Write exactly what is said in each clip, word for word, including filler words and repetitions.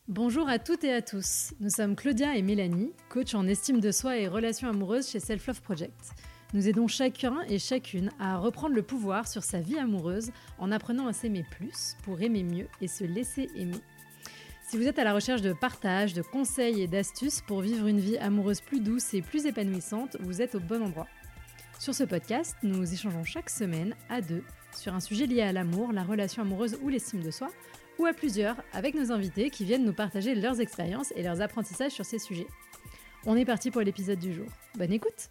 Bonjour à toutes et à tous, nous sommes Claudia et Mélanie, coach en estime de soi et relations amoureuses chez Self Love Project. Nous aidons chacun et chacune à reprendre le pouvoir sur sa vie amoureuse en apprenant à s'aimer plus pour aimer mieux et se laisser aimer. Si vous êtes à la recherche de partage, de conseils et d'astuces pour vivre une vie amoureuse plus douce et plus épanouissante, vous êtes au bon endroit. Sur ce podcast, nous échangeons chaque semaine à deux sur un sujet lié à l'amour, la relation amoureuse ou l'estime de soi, ou à plusieurs avec nos invités qui viennent nous partager leurs expériences et leurs apprentissages sur ces sujets. On est parti pour l'épisode du jour. Bonne écoute!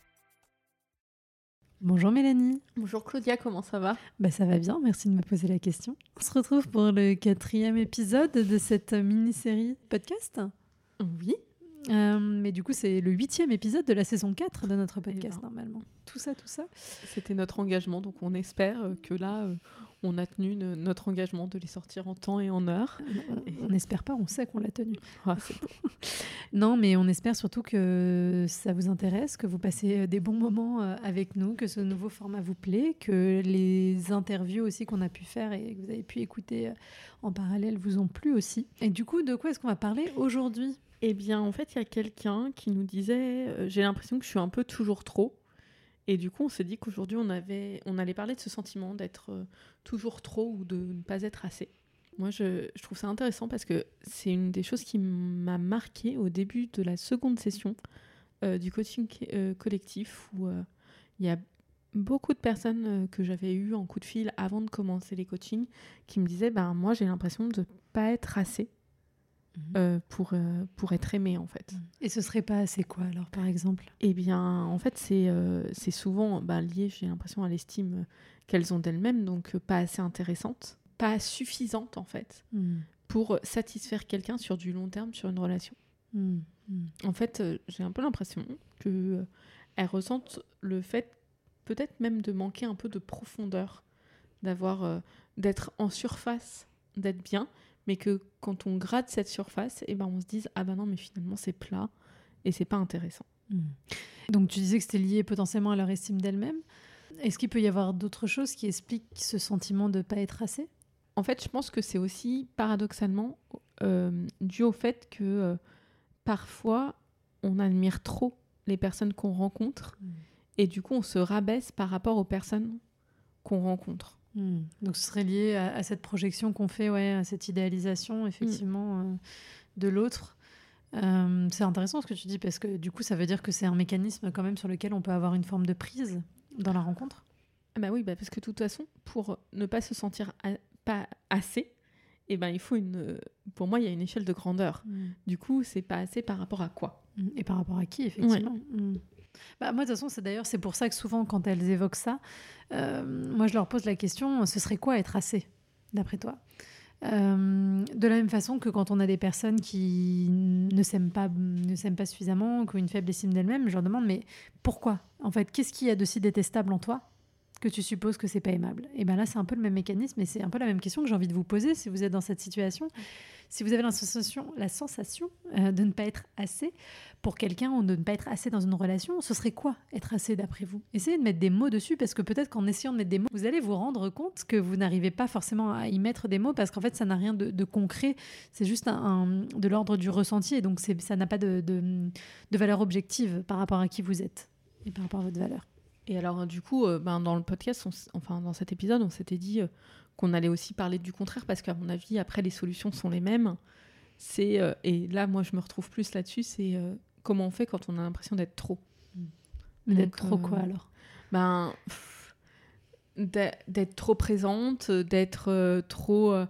Bonjour Mélanie. Bonjour Claudia, comment ça va? Bah ça va bien, merci de me poser la question. On se retrouve pour le quatrième épisode de cette mini-série podcast. Oui. Euh, mais du coup, c'est le huitième épisode de la saison quatre de notre podcast, ben. Normalement. Tout ça, tout ça. C'était notre engagement, donc on espère que là, euh, on a tenu ne, notre engagement de les sortir en temps et en heure. On n'espère pas, on sait qu'on l'a tenu. Ah, c'est beau. Non, mais on espère surtout que ça vous intéresse, que vous passez des bons moments avec nous, que ce nouveau format vous plaît, que les interviews aussi qu'on a pu faire et que vous avez pu écouter en parallèle vous ont plu aussi. Et du coup, de quoi est-ce qu'on va parler aujourd'hui ? Eh bien, en fait, il y a quelqu'un qui nous disait euh, « J'ai l'impression que je suis un peu toujours trop ». Et du coup, on s'est dit qu'aujourd'hui, on, avait, on allait parler de ce sentiment d'être euh, toujours trop ou de ne pas être assez. Moi, je, je trouve ça intéressant parce que c'est une des choses qui m'a marquée au début de la seconde session euh, du coaching euh, collectif où euh, il y a beaucoup de personnes euh, que j'avais eues en coup de fil avant de commencer les coachings qui me disaient ben, « Moi, j'ai l'impression de ne pas être assez. » Euh, pour, euh, pour être aimée en fait. Et ce serait pas assez quoi alors par exemple ? Eh bien en fait c'est, euh, c'est souvent bah, lié j'ai l'impression à l'estime qu'elles ont d'elles-mêmes, donc euh, pas assez intéressante, pas suffisante en fait mm. pour satisfaire quelqu'un sur du long terme sur une relation. Mm. Mm. En fait euh, j'ai un peu l'impression qu'elles euh, ressentent le fait peut-être même de manquer un peu de profondeur, d'avoir, euh, d'être en surface, d'être bien, mais que quand on gratte cette surface, eh ben on se dise « Ah ben non, mais finalement, c'est plat et c'est pas intéressant. Mmh. » Donc, tu disais que c'était lié potentiellement à leur estime d'elle-même. Est-ce qu'il peut y avoir d'autres choses qui expliquent ce sentiment de ne pas être assez ? En fait, je pense que c'est aussi, paradoxalement, euh, dû au fait que euh, parfois, on admire trop les personnes qu'on rencontre mmh. et du coup, on se rabaisse par rapport aux personnes qu'on rencontre. Mmh. Donc ce serait lié à, à cette projection qu'on fait, ouais, à cette idéalisation effectivement mmh. euh, de l'autre. Euh, c'est intéressant ce que tu dis parce que du coup ça veut dire que c'est un mécanisme quand même sur lequel on peut avoir une forme de prise dans la rencontre. Ah bah oui, bah parce que de toute façon, pour ne pas se sentir a- pas assez, eh ben il faut une. Pour moi, il y a une échelle de grandeur. Mmh. Du coup, c'est pas assez par rapport à quoi ? Mmh. Et par rapport à qui effectivement. Ouais. Mmh. Bah, moi, de toute façon, c'est d'ailleurs c'est pour ça que souvent, quand elles évoquent ça, euh, moi, je leur pose la question, ce serait quoi être assez, d'après toi ? euh, De la même façon que quand on a des personnes qui ne s'aiment pas, ne s'aiment pas suffisamment, qui ont une faible estime d'elles-mêmes, je leur demande, mais pourquoi ? En fait, qu'est-ce qu'il y a de si détestable en toi que tu supposes que c'est pas aimable ? Et bien là, c'est un peu le même mécanisme et c'est un peu la même question que j'ai envie de vous poser si vous êtes dans cette situation. Si vous avez la sensation, la sensation euh, de ne pas être assez pour quelqu'un ou de ne pas être assez dans une relation, ce serait quoi être assez d'après vous ? Essayez de mettre des mots dessus parce que peut-être qu'en essayant de mettre des mots, vous allez vous rendre compte que vous n'arrivez pas forcément à y mettre des mots parce qu'en fait, ça n'a rien de, de concret. C'est juste un, un, de l'ordre du ressenti et donc c'est, ça n'a pas de, de, de valeur objective par rapport à qui vous êtes et par rapport à votre valeur. Et alors, du coup, euh, ben, dans le podcast, on, enfin, dans cet épisode, on s'était dit euh, qu'on allait aussi parler du contraire parce qu'à mon avis, après, les solutions sont les mêmes. C'est, euh, et là, moi, je me retrouve plus là-dessus, c'est euh, comment on fait quand on a l'impression d'être trop. Mais d'être trop euh, quoi, alors ? Ben, pff, d'être trop présente, d'être euh, trop... Euh,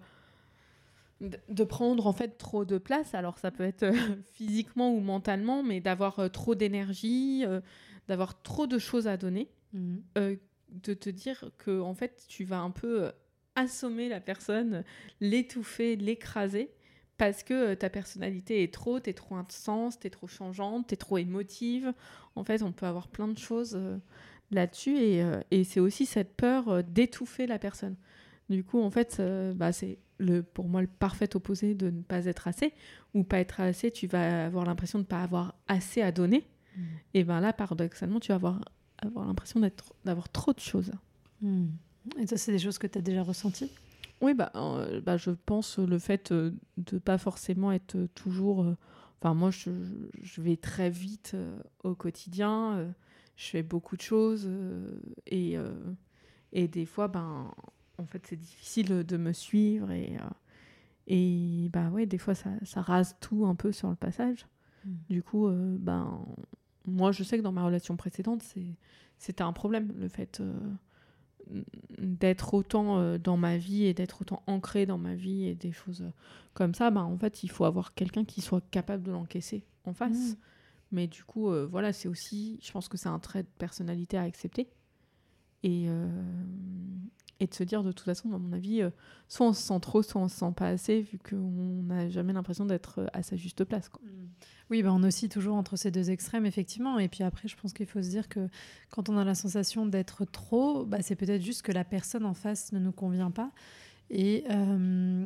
de prendre, en fait, trop de place. Alors, ça peut être euh, physiquement ou mentalement, mais d'avoir euh, trop d'énergie, euh, d'avoir trop de choses à donner, mmh. euh, de te dire que, en fait, tu vas un peu euh, assommer la personne, l'étouffer, l'écraser, parce que euh, ta personnalité est trop, t'es trop intense, t'es trop changeante, t'es trop émotive. En fait, on peut avoir plein de choses euh, là-dessus, et, euh, et c'est aussi cette peur euh, d'étouffer la personne. Du coup, en fait, euh, bah, c'est le, pour moi le parfait opposé de ne pas être assez. Ou pas être assez, tu vas avoir l'impression de ne pas avoir assez à donner. Mmh. Et bien là, paradoxalement, tu vas avoir, avoir l'impression d'être, d'avoir trop de choses. Mmh. Et ça, c'est des choses que tu as déjà ressenties ? Oui, bah, euh, bah, je pense le fait euh, de pas forcément être toujours... euh, Enfin, moi, je, je vais très vite euh, au quotidien. euh, je fais beaucoup de choses. euh, et, euh, et des fois, ben, en fait, c'est difficile de me suivre. Et, euh, et bah, ouais, des fois, ça, ça rase tout un peu sur le passage. Mm. Du coup, euh, ben, moi, je sais que dans ma relation précédente, c'est, c'était un problème, le fait... euh, d'être autant euh, dans ma vie et d'être autant ancré dans ma vie et des choses euh, comme ça, bah, en fait, il faut avoir quelqu'un qui soit capable de l'encaisser en face. Mmh. Mais du coup, euh, voilà, c'est aussi, je pense que c'est un trait de personnalité à accepter. Et, euh, et de se dire, de toute façon, à mon avis, euh, soit on se sent trop, soit on se sent pas assez, vu qu'on n'a jamais l'impression d'être euh, à sa juste place, quoi. Mm. Oui, bah on oscille toujours entre ces deux extrêmes, effectivement. Et puis après, je pense qu'il faut se dire que quand on a la sensation d'être trop, bah, c'est peut-être juste que la personne en face ne nous convient pas et, euh,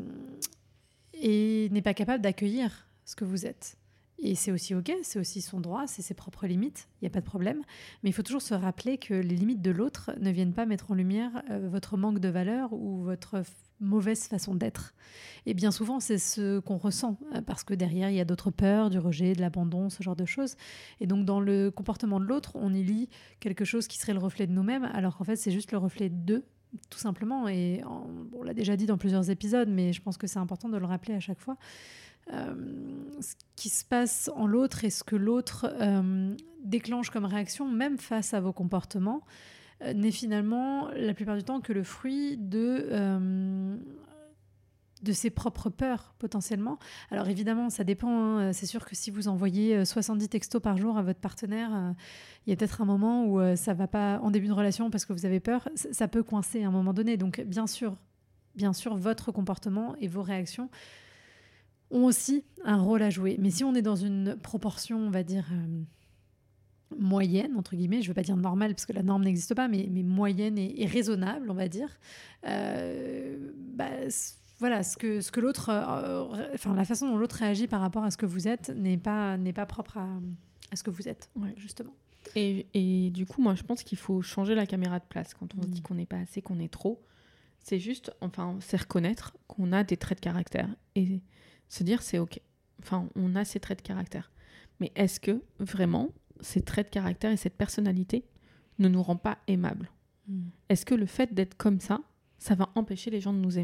et n'est pas capable d'accueillir ce que vous êtes. Et c'est aussi OK, c'est aussi son droit, c'est ses propres limites, il n'y a pas de problème. Mais il faut toujours se rappeler que les limites de l'autre ne viennent pas mettre en lumière euh, votre manque de valeur ou votre f- mauvaise façon d'être. Et bien souvent, c'est ce qu'on ressent, euh, parce que derrière, il y a d'autres peurs, du rejet, de l'abandon, ce genre de choses. Et donc, dans le comportement de l'autre, on y lit quelque chose qui serait le reflet de nous-mêmes, alors qu'en fait, c'est juste le reflet d'eux, tout simplement. Et en- bon, on l'a déjà dit dans plusieurs épisodes, mais je pense que c'est important de le rappeler à chaque fois. Euh, ce qui se passe en l'autre et ce que l'autre euh, déclenche comme réaction, même face à vos comportements, euh, n'est finalement la plupart du temps que le fruit de, euh, de ses propres peurs potentiellement. Alors évidemment, ça dépend. Hein. C'est sûr que si vous envoyez soixante-dix textos par jour à votre partenaire, euh, il y a peut-être un moment où euh, ça va pas en début de relation parce que vous avez peur. Ça, ça peut coincer à un moment donné. Donc bien sûr, bien sûr, votre comportement et vos réactions ont aussi un rôle à jouer. Mais si on est dans une proportion, on va dire, euh, moyenne, entre guillemets, je ne veux pas dire normale, parce que la norme n'existe pas, mais, mais moyenne et, et raisonnable, on va dire, euh, bah, c- voilà, ce que, ce que l'autre, euh, enfin, la façon dont l'autre réagit par rapport à ce que vous êtes n'est pas, n'est pas propre à, à ce que vous êtes, Ouais. justement. Et, et du coup, moi, je pense qu'il faut changer la caméra de place quand on se Mm. dit qu'on n'est pas assez, qu'on est trop. C'est juste, enfin, c'est reconnaître qu'on a des traits de caractère et se dire c'est ok. Enfin, on a ces traits de caractère. Mais est-ce que vraiment ces traits de caractère et cette personnalité ne nous rend pas aimables ? Mm. Est-ce que le fait d'être comme ça, ça va empêcher les gens de nous aimer ?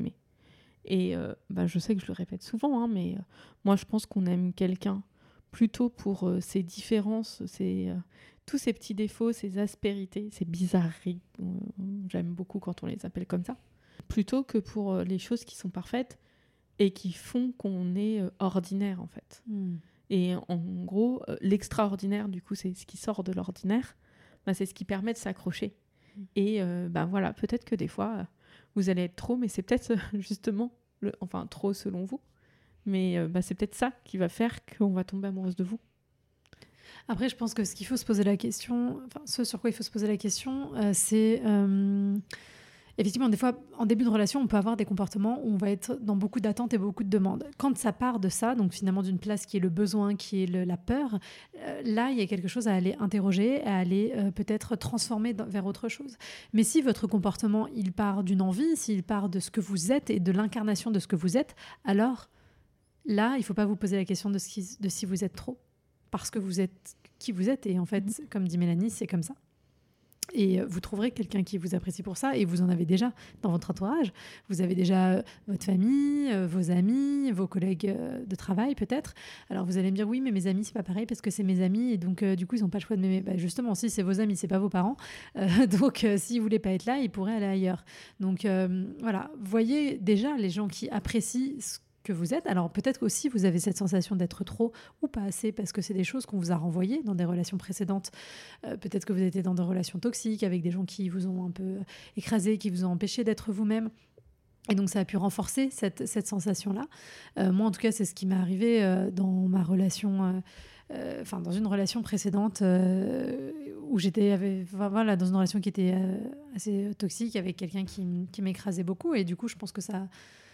Et euh, bah, je sais que je le répète souvent, hein, mais euh, moi je pense qu'on aime quelqu'un plutôt pour euh, ses différences, ses, euh, tous ses petits défauts, ses aspérités, ses bizarreries. Euh, j'aime beaucoup quand on les appelle comme ça. Plutôt que pour euh, les choses qui sont parfaites et qui font qu'on est euh, ordinaire en fait. Mm. Et en gros, euh, l'extraordinaire, du coup, c'est ce qui sort de l'ordinaire, bah, c'est ce qui permet de s'accrocher. Mm. Et euh, bah, voilà, peut-être que des fois, euh, vous allez être trop, mais c'est peut-être euh, justement, le, enfin trop selon vous, mais euh, bah, c'est peut-être ça qui va faire qu'on va tomber amoureuse de vous. Après, je pense que ce qu'il faut se poser la question, enfin, ce sur quoi il faut se poser la question, euh, c'est euh, effectivement, des fois, en début de relation, on peut avoir des comportements où on va être dans beaucoup d'attentes et beaucoup de demandes. Quand ça part de ça, donc finalement d'une place qui est le besoin, qui est le- la peur, euh, là, il y a quelque chose à aller interroger, à aller euh, peut-être transformer dans- vers autre chose. Mais si votre comportement, il part d'une envie, s'il part de ce que vous êtes et de l'incarnation de ce que vous êtes, alors là, il ne faut pas vous poser la question de, ce qui- de si vous êtes trop. Parce que vous êtes qui vous êtes. Et en fait, Mhm. comme dit Mélanie, c'est comme ça. Et euh, vous trouverez quelqu'un qui vous apprécie pour ça, et vous en avez déjà dans votre entourage. Vous avez déjà euh, votre famille, euh, vos amis, vos collègues euh, de travail peut-être. Alors vous allez me dire oui, mais mes amis c'est pas pareil parce que c'est mes amis et donc euh, du coup ils n'ont pas le choix de m'aimer. Bah, justement, si c'est vos amis, c'est pas vos parents. Euh, donc euh, s'ils voulaient pas être là, ils pourraient aller ailleurs. Donc euh, voilà, voyez déjà les gens qui apprécient ce que vous êtes. Alors peut-être aussi vous avez cette sensation d'être trop ou pas assez parce que c'est des choses qu'on vous a renvoyées dans des relations précédentes. Euh, peut-être que vous étiez dans des relations toxiques avec des gens qui vous ont un peu écrasé, qui vous ont empêché d'être vous-même. Et donc ça a pu renforcer cette, cette sensation-là. Euh, moi en tout cas c'est ce qui m'est arrivé euh, dans ma relation, euh, euh, enfin dans une relation précédente euh, où j'étais avec- enfin, voilà, dans une relation qui était euh, assez toxique avec quelqu'un qui, m- qui m'écrasait beaucoup. Et du coup je pense que ça...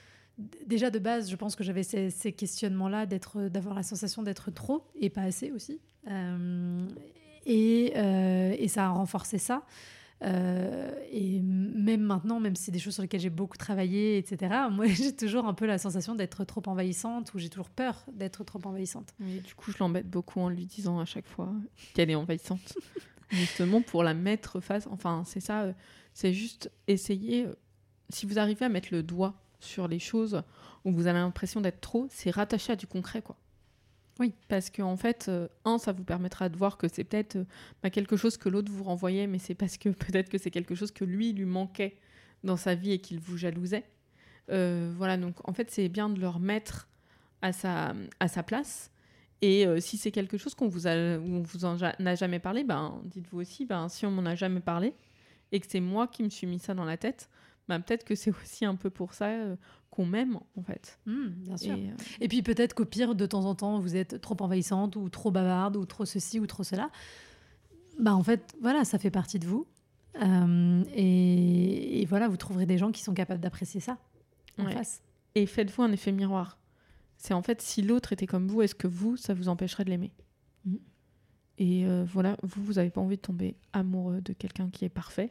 Déjà de base, je pense que j'avais ces, ces questionnements-là, d'être, d'avoir la sensation d'être trop et pas assez aussi. Euh, et, euh, et ça a renforcé ça. Euh, et même maintenant, même si c'est des choses sur lesquelles j'ai beaucoup travaillé, et cetera, moi, j'ai toujours un peu la sensation d'être trop envahissante ou j'ai toujours peur d'être trop envahissante. Oui, du coup, je l'embête beaucoup en lui disant à chaque fois qu'elle est envahissante. Justement, pour la mettre face... Enfin, c'est ça, euh, c'est juste essayer... Euh, si vous arrivez à mettre le doigt sur les choses où vous avez l'impression d'être trop, c'est rattaché à du concret, quoi. Oui. Parce qu'en en fait, euh, un, ça vous permettra de voir que c'est peut-être euh, bah, quelque chose que l'autre vous renvoyait, mais c'est parce que peut-être que c'est quelque chose que lui, lui manquait dans sa vie et qu'il vous jalousait. Euh, voilà, donc en fait, c'est bien de le remettre à sa, à sa place. Et euh, si c'est quelque chose qu'on vous a, où on vous en ja- n'a jamais parlé, ben, dites-vous aussi, ben, si on m'en a jamais parlé et que c'est moi qui me suis mis ça dans la tête, ben, peut-être que c'est aussi un peu pour ça euh, qu'on m'aime, en fait. Mmh, bien sûr. Et, euh, Et puis peut-être qu'au pire, de temps en temps, vous êtes trop envahissante ou trop bavarde ou trop ceci ou trop cela. Bah, en fait, voilà, ça fait partie de vous. Euh, et, et voilà, vous trouverez des gens qui sont capables d'apprécier ça en ouais. face. Et faites-vous un effet miroir. C'est en fait, si l'autre était comme vous, est-ce que vous, ça vous empêcherait de l'aimer ? Mmh. Et euh, voilà, vous, vous n'avez pas envie de tomber amoureux de quelqu'un qui est parfait.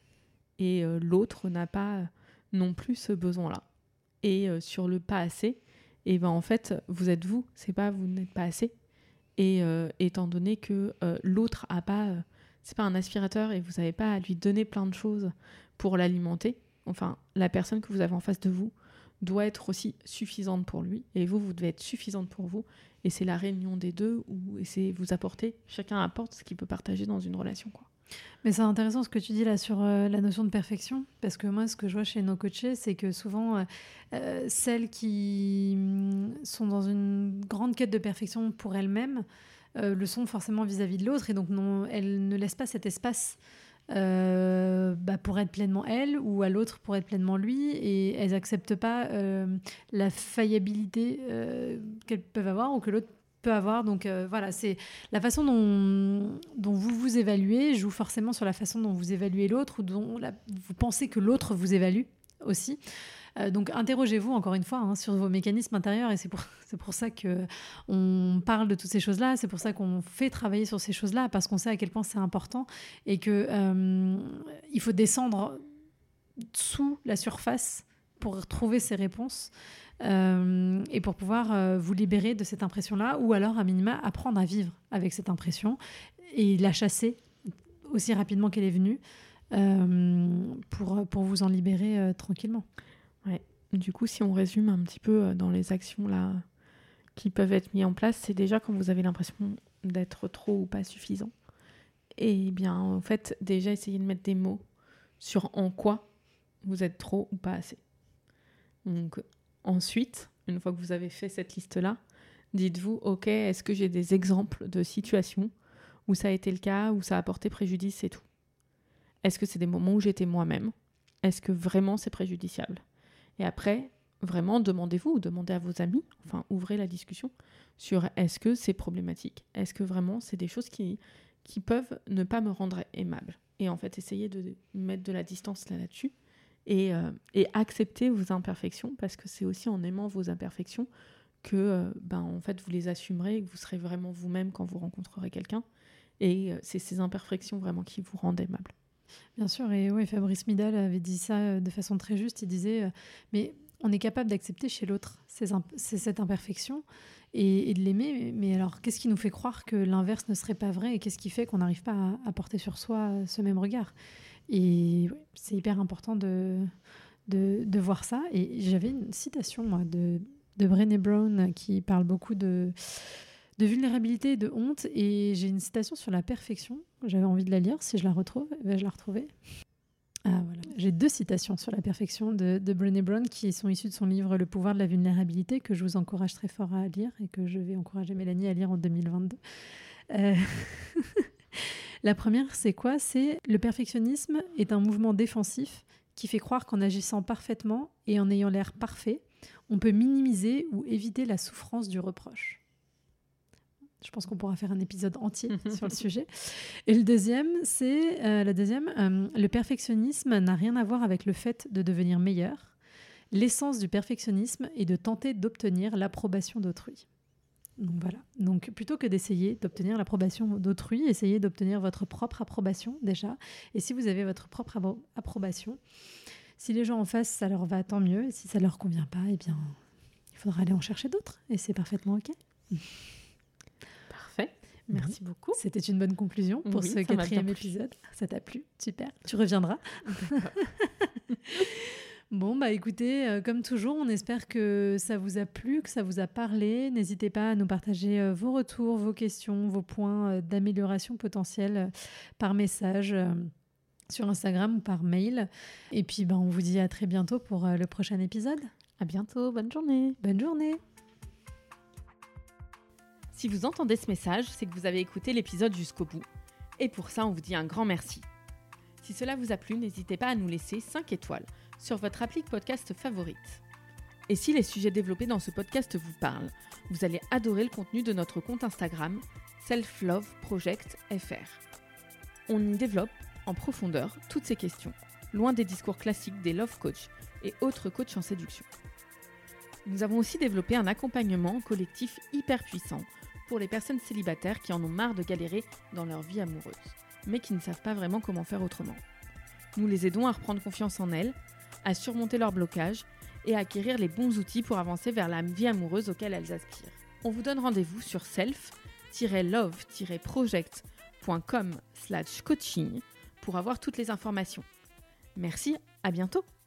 Et euh, l'autre n'a pas euh, non plus ce besoin-là. Et euh, sur le pas assez, et ben en fait, vous êtes vous, c'est pas vous n'êtes pas assez. Et euh, étant donné que euh, l'autre a pas, euh, c'est pas un aspirateur et vous n'avez pas à lui donner plein de choses pour l'alimenter. Enfin, la personne que vous avez en face de vous doit être aussi suffisante pour lui, et vous, vous devez être suffisante pour vous. Et c'est la réunion des deux où et c'est vous apporter, chacun apporte ce qu'il peut partager dans une relation, quoi. Mais c'est intéressant ce que tu dis là sur euh, la notion de perfection, parce que moi, ce que je vois chez nos coachés, c'est que souvent, euh, euh, celles qui hum, sont dans une grande quête de perfection pour elles-mêmes euh, le sont forcément vis-à-vis de l'autre, et donc non, elles ne laissent pas cet espace euh, bah, pour être pleinement elles, ou à l'autre pour être pleinement lui, et elles n'acceptent pas euh, la faillibilité euh, qu'elles peuvent avoir, ou que l'autre peut avoir. Donc euh, voilà, c'est la façon dont, dont vous vous évaluez joue forcément sur la façon dont vous évaluez l'autre, ou dont la, vous pensez que l'autre vous évalue aussi. Euh, donc interrogez-vous encore une fois hein, sur vos mécanismes intérieurs, et c'est pour, c'est pour ça qu'on parle de toutes ces choses-là, c'est pour ça qu'on fait travailler sur ces choses-là, parce qu'on sait à quel point c'est important, et qu'il euh, faut descendre sous la surface pour trouver ces réponses. Euh, et pour pouvoir euh, vous libérer de cette impression-là, ou alors à minima apprendre à vivre avec cette impression et la chasser aussi rapidement qu'elle est venue euh, pour, pour vous en libérer euh, tranquillement. Ouais. Du coup, si on résume un petit peu dans les actions là qui peuvent être mises en place, c'est déjà quand vous avez l'impression d'être trop ou pas suffisant. Et bien, en fait, déjà essayer de mettre des mots sur en quoi vous êtes trop ou pas assez. Donc, ensuite, une fois que vous avez fait cette liste-là, dites-vous, ok, est-ce que j'ai des exemples de situations où ça a été le cas, où ça a porté préjudice et tout ? Est-ce que c'est des moments où j'étais moi-même ? Est-ce que vraiment c'est préjudiciable ? Et après, vraiment, demandez-vous ou demandez à vos amis, enfin, ouvrez la discussion sur est-ce que c'est problématique ? Est-ce que vraiment c'est des choses qui, qui peuvent ne pas me rendre aimable ? Et en fait, essayez de mettre de la distance là, là-dessus. Et, euh, et accepter vos imperfections, parce que c'est aussi en aimant vos imperfections que euh, ben, en fait, vous les assumerez et que vous serez vraiment vous-même quand vous rencontrerez quelqu'un. Et euh, c'est ces imperfections vraiment qui vous rendent aimable. Bien sûr, et oui, Fabrice Midal avait dit ça de façon très juste. Il disait, euh, mais on est capable d'accepter chez l'autre ces imp- ces, cette imperfection et, et de l'aimer, mais alors qu'est-ce qui nous fait croire que l'inverse ne serait pas vrai, et qu'est-ce qui fait qu'on n'arrive pas à, à porter sur soi ce même regard ? Et ouais, c'est hyper important de, de, de voir ça. Et j'avais une citation moi, de, de Brené Brown qui parle beaucoup de, de vulnérabilité et de honte. Et j'ai une citation sur la perfection. J'avais envie de la lire. Si je la retrouve, vais-je la retrouver ? Ah, voilà. J'ai deux citations sur la perfection de, de Brené Brown qui sont issues de son livre Le pouvoir de la vulnérabilité, que je vous encourage très fort à lire et que je vais encourager Mélanie à lire en deux mille vingt-deux. Euh... La première, c'est quoi ? C'est le perfectionnisme est un mouvement défensif qui fait croire qu'en agissant parfaitement et en ayant l'air parfait, on peut minimiser ou éviter la souffrance du reproche. Je pense qu'on pourra faire un épisode entier sur le sujet. Et le deuxième, c'est euh, la deuxième, euh, le perfectionnisme n'a rien à voir avec le fait de devenir meilleur. L'essence du perfectionnisme est de tenter d'obtenir l'approbation d'autrui. Donc voilà. Donc plutôt que d'essayer d'obtenir l'approbation d'autrui, essayez d'obtenir votre propre approbation déjà. Et si vous avez votre propre abo- approbation, si les gens en face, ça leur va, tant mieux. Et si ça ne leur convient pas, eh bien, il faudra aller en chercher d'autres. Et c'est parfaitement OK. Parfait. Merci bon. beaucoup. C'était une bonne conclusion pour oui, ce quatrième épisode. Ça t'a plu? Super. Tu reviendras. Bon, bah écoutez, euh, comme toujours, on espère que ça vous a plu, que ça vous a parlé. N'hésitez pas à nous partager euh, vos retours, vos questions, vos points euh, d'amélioration potentiels euh, par message euh, sur Instagram ou par mail. Et puis, bah, on vous dit à très bientôt pour euh, le prochain épisode. À bientôt, bonne journée. Bonne journée. Si vous entendez ce message, c'est que vous avez écouté l'épisode jusqu'au bout. Et pour ça, on vous dit un grand merci. Si cela vous a plu, n'hésitez pas à nous laisser cinq étoiles sur votre appli podcast favorite. Et si les sujets développés dans ce podcast vous parlent, vous allez adorer le contenu de notre compte Instagram Self Love Project F R. On y développe en profondeur toutes ces questions, loin des discours classiques des love coachs et autres coachs en séduction. Nous avons aussi développé un accompagnement collectif hyper puissant pour les personnes célibataires qui en ont marre de galérer dans leur vie amoureuse, mais qui ne savent pas vraiment comment faire autrement. Nous les aidons à reprendre confiance en elles, à surmonter leurs blocages et à acquérir les bons outils pour avancer vers la vie amoureuse auquel elles aspirent. On vous donne rendez-vous sur self love project point com slash coaching pour avoir toutes les informations. Merci, à bientôt!